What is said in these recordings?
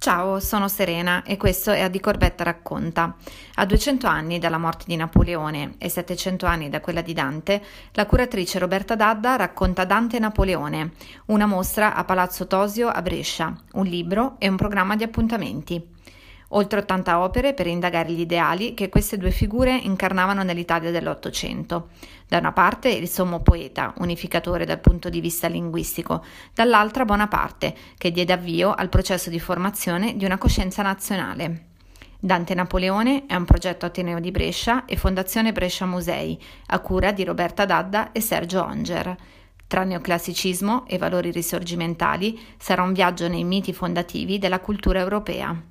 Ciao, sono Serena e questo è A Di Corbetta racconta. A 200 anni dalla morte di Napoleone e 700 anni da quella di Dante, la curatrice Roberta D'Adda racconta Dante e Napoleone, una mostra a Palazzo Tosio a Brescia, un libro e un programma di appuntamenti. Oltre 80 opere per indagare gli ideali che queste due figure incarnavano nell'Italia dell'Ottocento. Da una parte il sommo poeta, unificatore dal punto di vista linguistico, dall'altra Bonaparte, che diede avvio al processo di formazione di una coscienza nazionale. Dante Napoleone è un progetto Ateneo di Brescia e Fondazione Brescia Musei, a cura di Roberta D'Adda e Sergio Onger. Tra neoclassicismo e valori risorgimentali sarà un viaggio nei miti fondativi della cultura europea.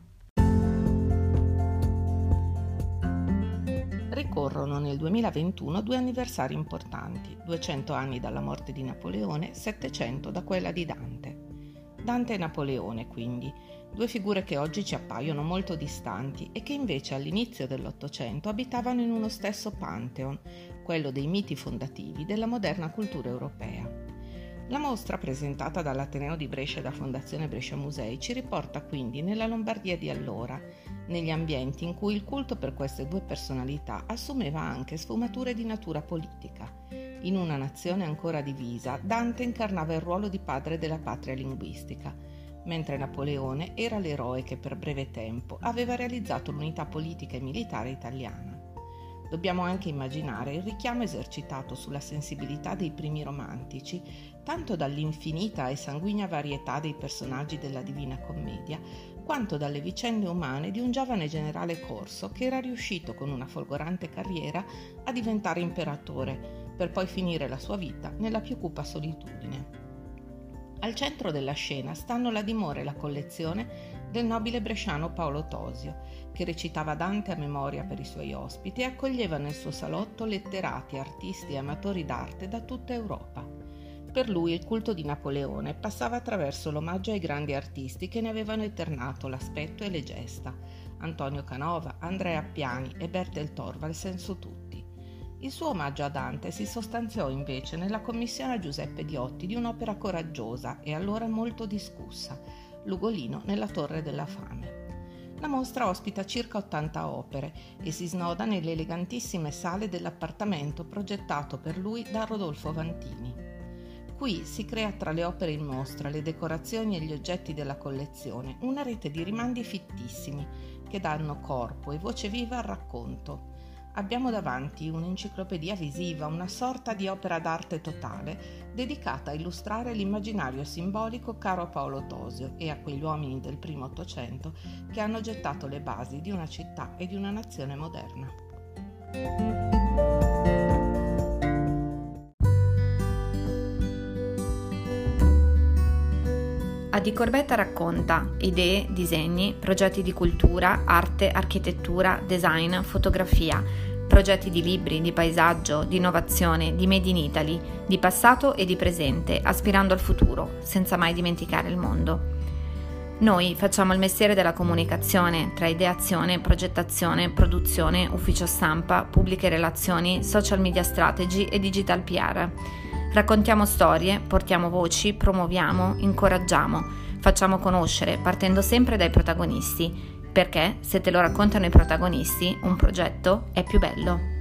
Ricorrono nel 2021 due anniversari importanti, 200 anni dalla morte di Napoleone, 700 da quella di Dante. Dante e Napoleone, quindi, due figure che oggi ci appaiono molto distanti e che invece all'inizio dell'Ottocento abitavano in uno stesso pantheon, quello dei miti fondativi della moderna cultura europea. La mostra presentata dall'Ateneo di Brescia e da Fondazione Brescia Musei ci riporta quindi nella Lombardia di allora, negli ambienti in cui il culto per queste due personalità assumeva anche sfumature di natura politica. In una nazione ancora divisa, Dante incarnava il ruolo di padre della patria linguistica, mentre Napoleone era l'eroe che per breve tempo aveva realizzato l'unità politica e militare italiana. Dobbiamo anche immaginare il richiamo esercitato sulla sensibilità dei primi romantici, tanto dall'infinita e sanguigna varietà dei personaggi della Divina Commedia, quanto dalle vicende umane di un giovane generale corso che era riuscito con una folgorante carriera a diventare imperatore, per poi finire la sua vita nella più cupa solitudine. Al centro della scena stanno la dimora e la collezione del nobile bresciano Paolo Tosio, che recitava Dante a memoria per i suoi ospiti e accoglieva nel suo salotto letterati, artisti e amatori d'arte da tutta Europa. Per lui il culto di Napoleone passava attraverso l'omaggio ai grandi artisti che ne avevano eternato l'aspetto e le gesta: Antonio Canova, Andrea Appiani e Bertel Thorvaldsen su tutti. Il suo omaggio a Dante si sostanziò invece nella commissione a Giuseppe Diotti di un'opera coraggiosa e allora molto discussa, L'Ugolino nella Torre della Fame. La mostra ospita circa 80 opere e si snoda nelle elegantissime sale dell'appartamento progettato per lui da Rodolfo Vantini. Qui si crea tra le opere in mostra, le decorazioni e gli oggetti della collezione una rete di rimandi fittissimi che danno corpo e voce viva al racconto. Abbiamo davanti un'enciclopedia visiva, una sorta di opera d'arte totale dedicata a illustrare l'immaginario simbolico caro a Paolo Tosio e a quegli uomini del primo Ottocento che hanno gettato le basi di una città e di una nazione moderna. A Di Corbetta racconta idee, disegni, progetti di cultura, arte, architettura, design, fotografia, progetti di libri, di paesaggio, di innovazione, di Made in Italy, di passato e di presente, aspirando al futuro, senza mai dimenticare il mondo. Noi facciamo il mestiere della comunicazione tra ideazione, progettazione, produzione, ufficio stampa, pubbliche relazioni, social media strategy e digital PR. Raccontiamo storie, portiamo voci, promuoviamo, incoraggiamo, facciamo conoscere, partendo sempre dai protagonisti, perché se te lo raccontano i protagonisti, un progetto è più bello.